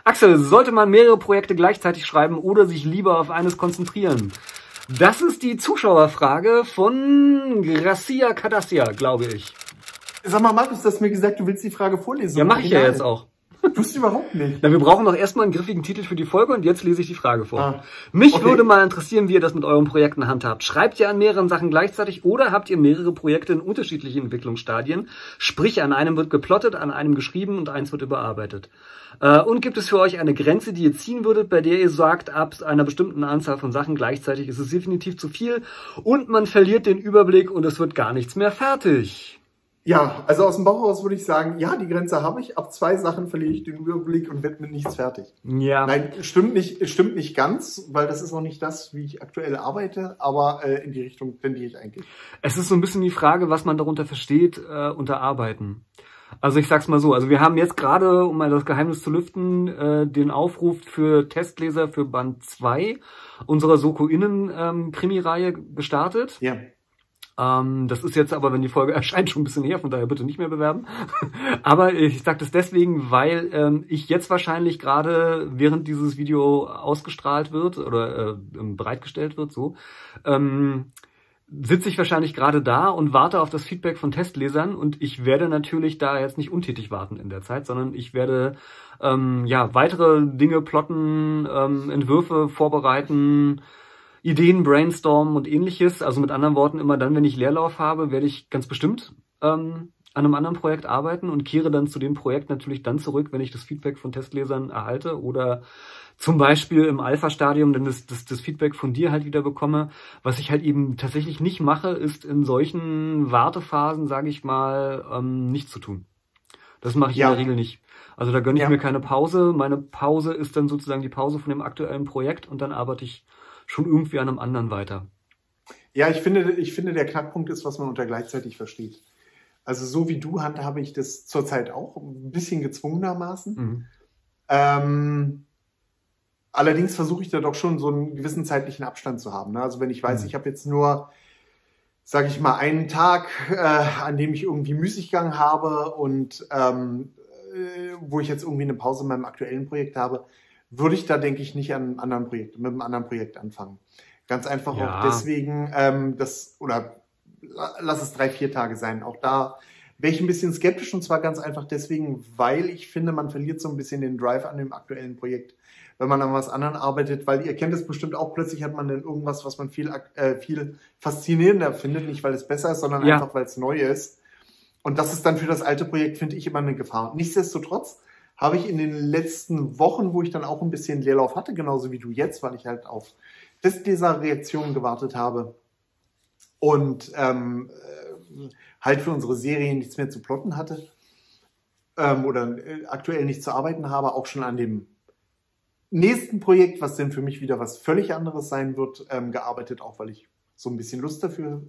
Axel, sollte man mehrere Projekte gleichzeitig schreiben oder sich lieber auf eines konzentrieren? Das ist die Zuschauerfrage von Gracia Cadassia, glaube ich. Sag mal, Markus, du hast mir gesagt, du willst die Frage vorlesen. Ja, mache ich ja jetzt auch. Tust du überhaupt nicht. Na, wir brauchen doch erstmal einen griffigen Titel für die Folge und jetzt lese ich die Frage vor. Mich würde mal interessieren, wie ihr das mit euren Projekten handhabt. Schreibt ihr an mehreren Sachen gleichzeitig oder habt ihr mehrere Projekte in unterschiedlichen Entwicklungsstadien? Sprich, an einem wird geplottet, an einem geschrieben und eins wird überarbeitet. Und gibt es für euch eine Grenze, die ihr ziehen würdet, bei der ihr sagt, ab einer bestimmten Anzahl von Sachen gleichzeitig ist es definitiv zu viel und man verliert den Überblick und es wird gar nichts mehr fertig? Ja, also aus dem Bauch raus würde ich sagen, ja, die Grenze habe ich. Ab 2 Sachen verliere ich den Überblick und werde mit nichts fertig. Ja. Nein, stimmt nicht ganz, weil das ist noch nicht das, wie ich aktuell arbeite, aber in die Richtung tendiere ich eigentlich. Es ist so ein bisschen die Frage, was man darunter versteht, unter Arbeiten. Also ich sag's mal so, also wir haben jetzt gerade, um mal das Geheimnis zu lüften, den Aufruf für Testleser für Band 2 unserer Soko-Innen-Krimi-Reihe gestartet. Ja. Das ist jetzt aber, wenn die Folge erscheint, schon ein bisschen her, von daher bitte nicht mehr bewerben. Aber ich sage das deswegen, weil ich jetzt wahrscheinlich gerade, während dieses Video ausgestrahlt wird oder bereitgestellt wird, so, sitze ich wahrscheinlich gerade da und warte auf das Feedback von Testlesern und ich werde natürlich da jetzt nicht untätig warten in der Zeit, sondern ich werde weitere Dinge plotten, Entwürfe vorbereiten, Ideen brainstormen und ähnliches. Also mit anderen Worten, immer dann, wenn ich Leerlauf habe, werde ich ganz bestimmt an einem anderen Projekt arbeiten und kehre dann zu dem Projekt natürlich dann zurück, wenn ich das Feedback von Testlesern erhalte oder zum Beispiel im Alpha-Stadium dann das Feedback von dir halt wieder bekomme. Was ich halt eben tatsächlich nicht mache, ist in solchen Wartephasen, sage ich mal, nichts zu tun. Das mache ich in der Regel nicht. Also da gönne ich mir keine Pause. Meine Pause ist dann sozusagen die Pause von dem aktuellen Projekt und dann arbeite ich schon irgendwie an einem anderen weiter. Ja, ich finde, der Knackpunkt ist, was man unter gleichzeitig versteht. Also so wie du handhabe ich das zurzeit auch, ein bisschen gezwungenermaßen. Allerdings versuche ich da doch schon so einen gewissen zeitlichen Abstand zu haben. Ne? Also wenn ich weiß, ich habe jetzt nur, sage ich mal, einen Tag, an dem ich irgendwie Müßiggang habe und wo ich jetzt irgendwie eine Pause in meinem aktuellen Projekt habe, würde ich da, denke ich, nicht mit einem anderen Projekt anfangen. Ganz einfach auch deswegen, lass es 3-4 Tage sein. Auch da wäre ich ein bisschen skeptisch und zwar ganz einfach deswegen, weil ich finde, man verliert so ein bisschen den Drive an dem aktuellen Projekt, wenn man an was anderem arbeitet, weil ihr kennt es bestimmt auch, plötzlich hat man dann irgendwas, was man viel faszinierender findet, nicht weil es besser ist, sondern einfach, weil es neu ist. Und das ist dann für das alte Projekt, finde ich, immer eine Gefahr. Nichtsdestotrotz habe ich in den letzten Wochen, wo ich dann auch ein bisschen Leerlauf hatte, genauso wie du jetzt, weil ich halt auf dieser Reaktion gewartet habe und halt für unsere Serie nichts mehr zu plotten hatte oder aktuell nicht zu arbeiten habe, auch schon an dem nächsten Projekt, was denn für mich wieder was völlig anderes sein wird, gearbeitet, auch weil ich so ein bisschen Lust dafür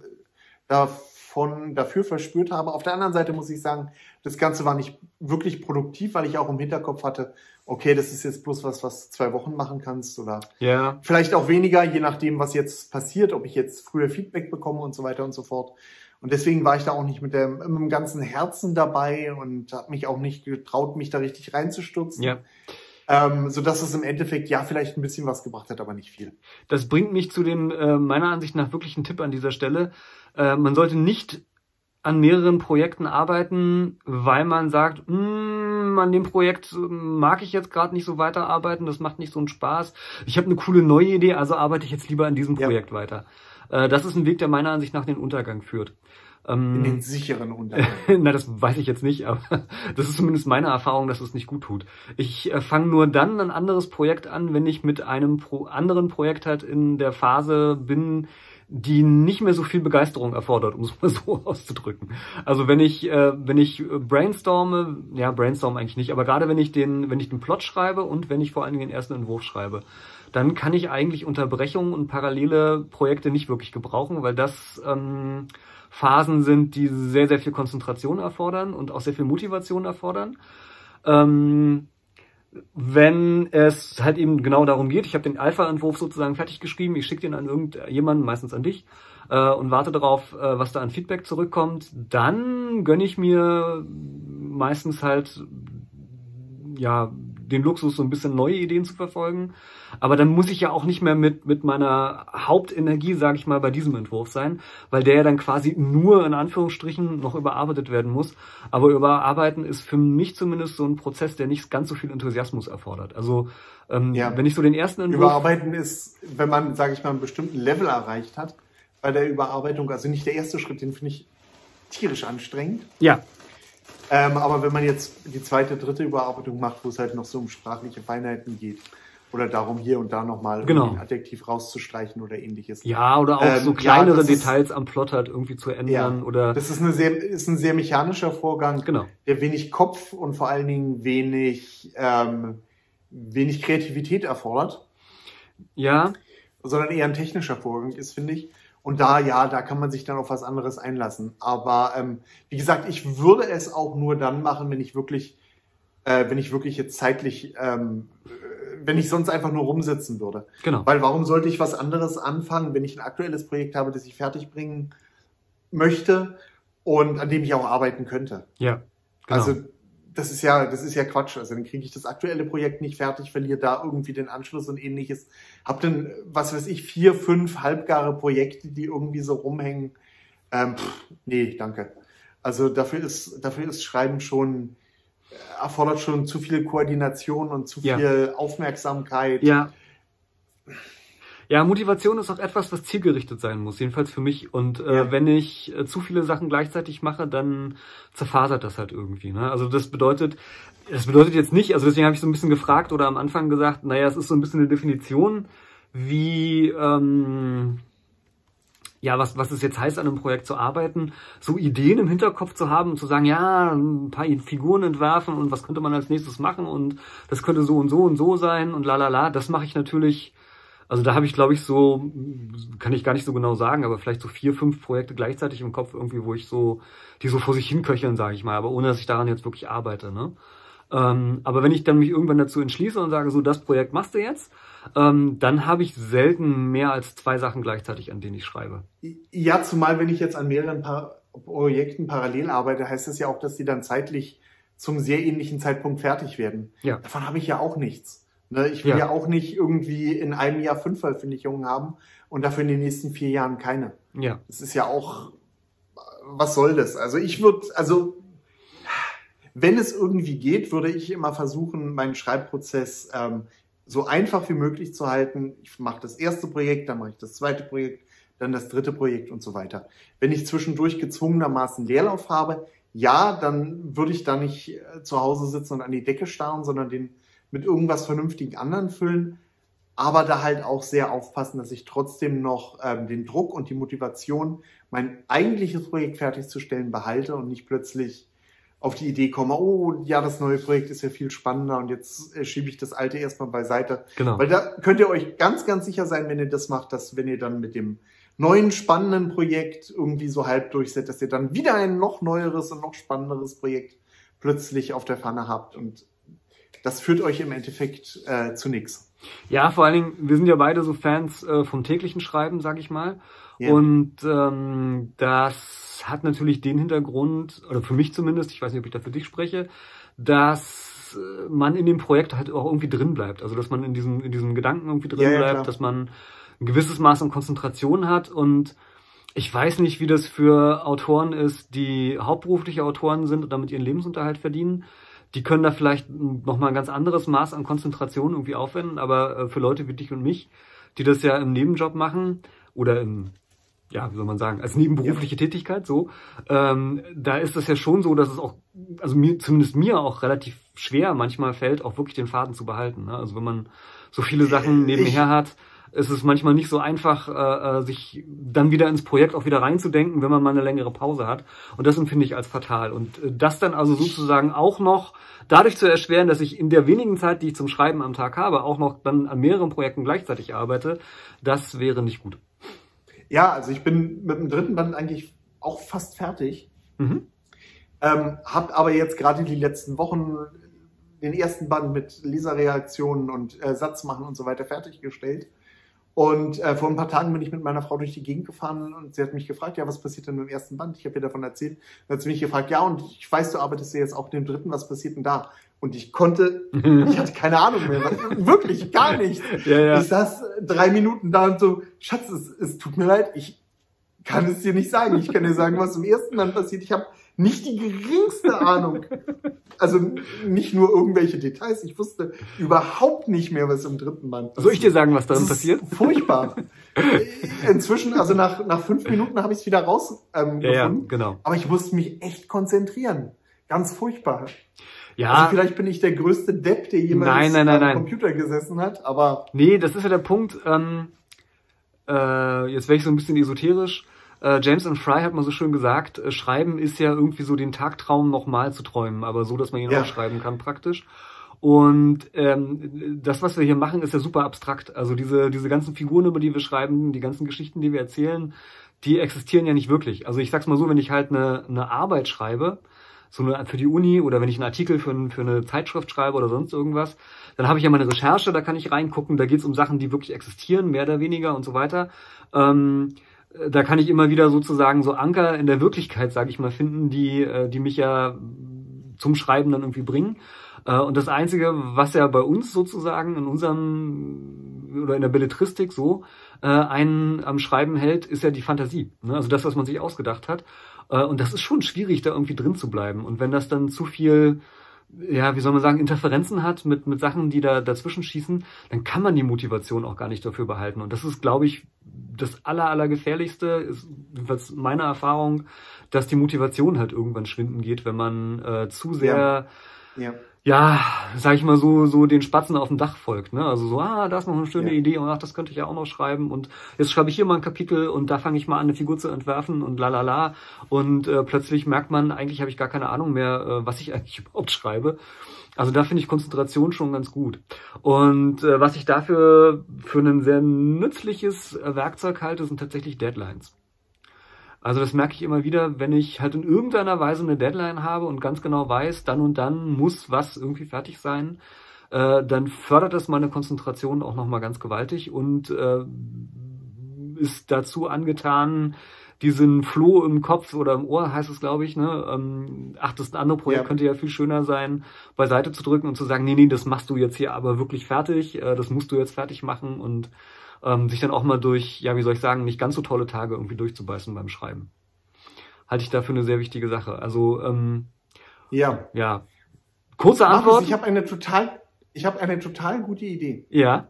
verspürt habe. Auf der anderen Seite muss ich sagen, das Ganze war nicht wirklich produktiv, weil ich auch im Hinterkopf hatte, okay, das ist jetzt bloß was 2 Wochen machen kannst oder vielleicht auch weniger, je nachdem, was jetzt passiert, ob ich jetzt früher Feedback bekomme und so weiter und so fort. Und deswegen war ich da auch nicht mit dem ganzen Herzen dabei und habe mich auch nicht getraut, mich da richtig reinzustürzen. Ja. Sodass es im Endeffekt vielleicht ein bisschen was gebracht hat, aber nicht viel. Das bringt mich zu dem, meiner Ansicht nach, wirklichen Tipp an dieser Stelle. Man sollte nicht an mehreren Projekten arbeiten, weil man sagt, an dem Projekt mag ich jetzt gerade nicht so weiterarbeiten, das macht nicht so einen Spaß. Ich habe eine coole neue Idee, also arbeite ich jetzt lieber an diesem Projekt weiter. Das ist ein Weg, der meiner Ansicht nach den Untergang führt. In den sicheren Untergang. Na, das weiß ich jetzt nicht, aber das ist zumindest meine Erfahrung, dass es nicht gut tut. Ich fange nur dann ein anderes Projekt an, wenn ich mit einem anderen Projekt halt in der Phase bin, die nicht mehr so viel Begeisterung erfordert, um es mal so auszudrücken. Also wenn ich brainstorme, brainstorm eigentlich nicht, aber gerade wenn ich den Plot schreibe und wenn ich vor allen Dingen den ersten Entwurf schreibe, dann kann ich eigentlich Unterbrechungen und parallele Projekte nicht wirklich gebrauchen, weil das Phasen sind, die sehr, sehr viel Konzentration erfordern und auch sehr viel Motivation erfordern. Wenn es halt eben genau darum geht, ich habe den Alpha-Entwurf sozusagen fertig geschrieben, ich schicke den an irgendjemanden, meistens an dich, und warte darauf, was da an Feedback zurückkommt, dann gönne ich mir meistens halt den Luxus, so ein bisschen neue Ideen zu verfolgen. Aber dann muss ich ja auch nicht mehr mit meiner Hauptenergie, sage ich mal, bei diesem Entwurf sein, weil der ja dann quasi nur in Anführungsstrichen noch überarbeitet werden muss. Aber überarbeiten ist für mich zumindest so ein Prozess, der nicht ganz so viel Enthusiasmus erfordert. Also wenn ich so den ersten Entwurf... Überarbeiten ist, wenn man, sage ich mal, einen bestimmten Level erreicht hat, bei der Überarbeitung, also nicht der erste Schritt, den finde ich tierisch anstrengend. Ja. Aber wenn man jetzt die zweite, dritte Überarbeitung macht, wo es halt noch so um sprachliche Feinheiten geht oder darum, hier und da nochmal ein Adjektiv rauszustreichen oder ähnliches. Ja, oder auch so kleinere Details am Plot halt irgendwie zu ändern. Ja, oder das ist ein sehr mechanischer Vorgang, der wenig Kopf und vor allen Dingen wenig Kreativität erfordert. Ja. Sondern eher ein technischer Vorgang ist, finde ich. Und da kann man sich dann auf was anderes einlassen. Aber wie gesagt, ich würde es auch nur dann machen, wenn ich wirklich jetzt zeitlich, wenn ich sonst einfach nur rumsitzen würde. Genau. Weil warum sollte ich was anderes anfangen, wenn ich ein aktuelles Projekt habe, das ich fertig bringen möchte und an dem ich auch arbeiten könnte? Ja. Genau. Also das ist ja Quatsch. Also dann kriege ich das aktuelle Projekt nicht fertig, verliere da irgendwie den Anschluss und ähnliches. Hab dann, was weiß ich, 4, 5 halbgare Projekte, die irgendwie so rumhängen. Nee, danke. Also dafür ist Schreiben schon, erfordert schon zu viel Koordination und zu viel Aufmerksamkeit. Ja. Ja, Motivation ist auch etwas, was zielgerichtet sein muss, jedenfalls für mich. Und wenn ich zu viele Sachen gleichzeitig mache, dann zerfasert das halt irgendwie. Ne? Also das bedeutet jetzt nicht, also deswegen habe ich so ein bisschen gefragt oder am Anfang gesagt, naja, es ist so ein bisschen eine Definition, wie, was es jetzt heißt, an einem Projekt zu arbeiten, so Ideen im Hinterkopf zu haben und zu sagen, ja, ein paar Figuren entwerfen und was könnte man als nächstes machen und das könnte so und so sein und lalala, das mache ich natürlich. Also da habe ich, glaube ich, so, kann ich gar nicht so genau sagen, aber vielleicht so 4, 5 Projekte gleichzeitig im Kopf irgendwie, wo ich die so vor sich hinköcheln, sage ich mal, aber ohne, dass ich daran jetzt wirklich arbeite, ne? Aber wenn ich dann mich irgendwann dazu entschließe und sage, so, das Projekt machst du jetzt, dann habe ich selten mehr als 2 Sachen gleichzeitig, an denen ich schreibe. Ja, zumal wenn ich jetzt an mehreren Projekten parallel arbeite, heißt das ja auch, dass die dann zeitlich zum sehr ähnlichen Zeitpunkt fertig werden. Ja. Davon habe ich ja auch nichts. Ich will ja auch nicht irgendwie in einem Jahr 5 Veröffentlichungen haben und dafür in den nächsten 4 Jahren keine. Ja. Das ist ja auch, was soll das? Also wenn es irgendwie geht, würde ich immer versuchen, meinen Schreibprozess so einfach wie möglich zu halten. Ich mache das erste Projekt, dann mache ich das zweite Projekt, dann das dritte Projekt und so weiter. Wenn ich zwischendurch gezwungenermaßen Leerlauf habe, dann würde ich da nicht zu Hause sitzen und an die Decke starren, sondern den mit irgendwas vernünftigen anderen füllen, aber da halt auch sehr aufpassen, dass ich trotzdem noch den Druck und die Motivation, mein eigentliches Projekt fertigzustellen, behalte und nicht plötzlich auf die Idee komme, oh ja, das neue Projekt ist ja viel spannender und jetzt schiebe ich das alte erstmal beiseite. Genau. Weil da könnt ihr euch ganz, ganz sicher sein, wenn ihr das macht, dass wenn ihr dann mit dem neuen spannenden Projekt irgendwie so halb durchsetzt, dass ihr dann wieder ein noch neueres und noch spannenderes Projekt plötzlich auf der Pfanne habt und das führt euch im Endeffekt zu nichts. Ja, vor allen Dingen, wir sind ja beide so Fans vom täglichen Schreiben, sag ich mal. Ja. Und das hat natürlich den Hintergrund, oder für mich zumindest, ich weiß nicht, ob ich da für dich spreche, dass man in dem Projekt halt auch irgendwie drin bleibt. Also dass man in diesem Gedanken irgendwie drin bleibt, klar. Dass man ein gewisses Maß an Konzentration hat. Und ich weiß nicht, wie das für Autoren ist, die hauptberufliche Autoren sind und damit ihren Lebensunterhalt verdienen. Die können da vielleicht nochmal ein ganz anderes Maß an Konzentration irgendwie aufwenden, aber für Leute wie dich und mich, die das ja im Nebenjob machen oder wie soll man sagen, als nebenberufliche Tätigkeit so, da ist das ja schon so, dass es auch, also zumindest mir auch relativ schwer manchmal fällt, auch wirklich den Faden zu behalten. Ne? Also wenn man so viele Sachen nebenher hat, ist es manchmal nicht so einfach, sich dann wieder ins Projekt auch wieder reinzudenken, wenn man mal eine längere Pause hat. Und das empfinde ich als fatal. Und das dann also sozusagen auch noch dadurch zu erschweren, dass ich in der wenigen Zeit, die ich zum Schreiben am Tag habe, auch noch dann an mehreren Projekten gleichzeitig arbeite, das wäre nicht gut. Ja, also ich bin mit dem dritten Band eigentlich auch fast fertig. Mhm. Hab aber jetzt gerade die letzten Wochen den ersten Band mit Leserreaktionen und Satz machen und so weiter fertiggestellt. Und vor ein paar Tagen bin ich mit meiner Frau durch die Gegend gefahren und sie hat mich gefragt, ja, was passiert denn mit dem ersten Band? Ich habe ihr davon erzählt. Dann hat sie mich gefragt, ja, und ich weiß, du arbeitest ja jetzt auch in dem dritten, was passiert denn da? Und ich hatte keine Ahnung mehr, wirklich gar nichts. Ja. Ich saß 3 Minuten da und so, Schatz, es tut mir leid, ich kann es dir nicht sagen. Ich kann dir sagen, was im ersten Band passiert. Ich habe nicht die geringste Ahnung. Also nicht nur irgendwelche Details. Ich wusste überhaupt nicht mehr, was im 3. Band passiert. Soll ich dir sagen, was darin passiert? Furchtbar. Inzwischen, also nach 5 Minuten habe ich es wieder rausgefunden. Ja, genau. Aber ich musste mich echt konzentrieren. Ganz furchtbar. Ja. Also vielleicht bin ich der größte Depp, der jemals am Computer gesessen hat, aber... Nee, das ist ja der Punkt. Jetzt werde ich so ein bisschen esoterisch. James and Fry hat mal so schön gesagt, Schreiben ist ja irgendwie so den Tagtraum nochmal zu träumen, aber so, dass man ihn aufschreiben kann praktisch. Und das, was wir hier machen, ist ja super abstrakt. Also diese ganzen Figuren, über die wir schreiben, die ganzen Geschichten, die wir erzählen, die existieren ja nicht wirklich. Also ich sag's mal so, wenn ich halt eine Arbeit schreibe, so für die Uni oder wenn ich einen Artikel für eine Zeitschrift schreibe oder sonst irgendwas, dann habe ich ja meine Recherche, da kann ich reingucken, da geht's um Sachen, die wirklich existieren, mehr oder weniger und so weiter. Da kann ich immer wieder sozusagen so Anker in der Wirklichkeit, sage ich mal, finden, die mich ja zum Schreiben dann irgendwie bringen. Und das Einzige, was ja bei uns sozusagen in unserem oder in der Belletristik so einen am Schreiben hält, ist ja die Fantasie. Ne? Also das, was man sich ausgedacht hat. Und das ist schon schwierig, da irgendwie drin zu bleiben. Und wenn das dann zu viel, ja, wie soll man sagen, Interferenzen hat mit Sachen, die da dazwischen schießen, dann kann man die Motivation auch gar nicht dafür behalten. Und das ist, glaube ich, das Allergefährlichste, ist jedenfalls meine Erfahrung, dass die Motivation halt irgendwann schwinden geht, wenn man zu sehr... Ja, sag ich mal so den Spatzen auf dem Dach folgt, ne? Also so, da ist noch eine schöne Idee und das könnte ich ja auch noch schreiben und jetzt schreibe ich hier mal ein Kapitel und da fange ich mal an, eine Figur zu entwerfen und lalala und plötzlich merkt man, eigentlich habe ich gar keine Ahnung mehr, was ich eigentlich überhaupt schreibe. Also da finde ich Konzentration schon ganz gut. Und was ich dafür für ein sehr nützliches Werkzeug halte, sind tatsächlich Deadlines. Also das merke ich immer wieder, wenn ich halt in irgendeiner Weise eine Deadline habe und ganz genau weiß, dann und dann muss was irgendwie fertig sein, dann fördert das meine Konzentration auch nochmal ganz gewaltig und ist dazu angetan, diesen Floh im Kopf oder im Ohr, heißt es, glaube ich, ne? Das andere Projekt könnte ja viel schöner sein, beiseite zu drücken und zu sagen, nee, das machst du jetzt hier aber wirklich fertig, das musst du jetzt fertig machen und sich dann auch mal durch, ja, wie soll ich sagen, nicht ganz so tolle Tage irgendwie durchzubeißen beim Schreiben. Halte ich dafür eine sehr wichtige Sache. Also, ja. Kurze Antwort. Markus, ich habe eine total gute Idee. Ja.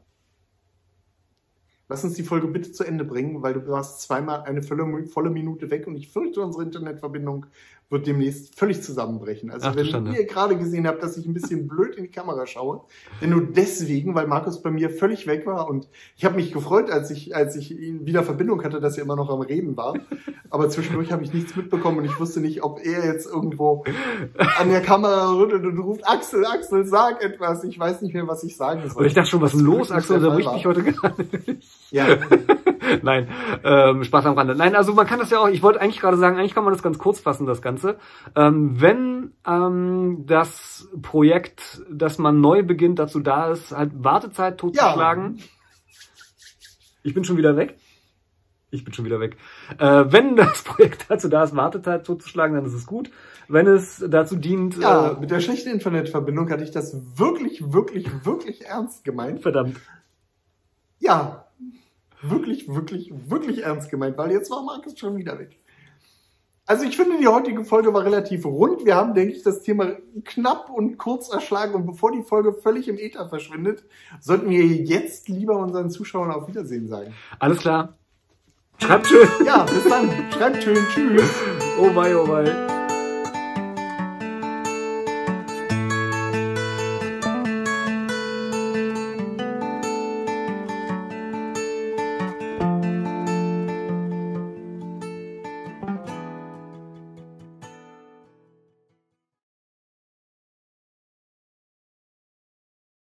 Lass uns die Folge bitte zu Ende bringen, weil du warst zweimal eine volle Minute weg und ich fürchte, unsere Internetverbindung wird demnächst völlig zusammenbrechen. Also wenn ihr gerade gesehen habt, dass ich ein bisschen blöd in die Kamera schaue, denn nur deswegen, weil Markus bei mir völlig weg war und ich habe mich gefreut, als ich ihn wieder Verbindung hatte, dass er immer noch am Reden war. Aber zwischendurch habe ich nichts mitbekommen und ich wusste nicht, ob er jetzt irgendwo an der Kamera rüttelt und ruft, Axel, sag etwas. Ich weiß nicht mehr, was ich sagen soll. Und ich dachte schon, was ist denn los, Axel? Da bricht mich heute gar nicht. Ja. Nein, Spaß am Rande. Nein, also man kann das ja auch, ich wollte eigentlich gerade sagen, eigentlich kann man das ganz kurz fassen, das Ganze. Wenn das Projekt, das man neu beginnt, dazu da ist, halt Wartezeit totzuschlagen. Ja. Ich bin schon wieder weg. Wenn das Projekt dazu da ist, Wartezeit totzuschlagen, dann ist es gut. Wenn es dazu dient... Ja, mit der schlechten Internetverbindung hatte ich das wirklich, wirklich, wirklich ernst gemeint. Verdammt. Ja, wirklich, wirklich, wirklich ernst gemeint, weil jetzt war Markus schon wieder weg. Also ich finde, die heutige Folge war relativ rund. Wir haben, denke ich, das Thema knapp und kurz erschlagen. Und bevor die Folge völlig im Äther verschwindet, sollten wir jetzt lieber unseren Zuschauern auf Wiedersehen sagen. Alles klar. Schreibt schön. Ja, bis dann. Schreibt schön. Tschüss. Oh wei, oh wei.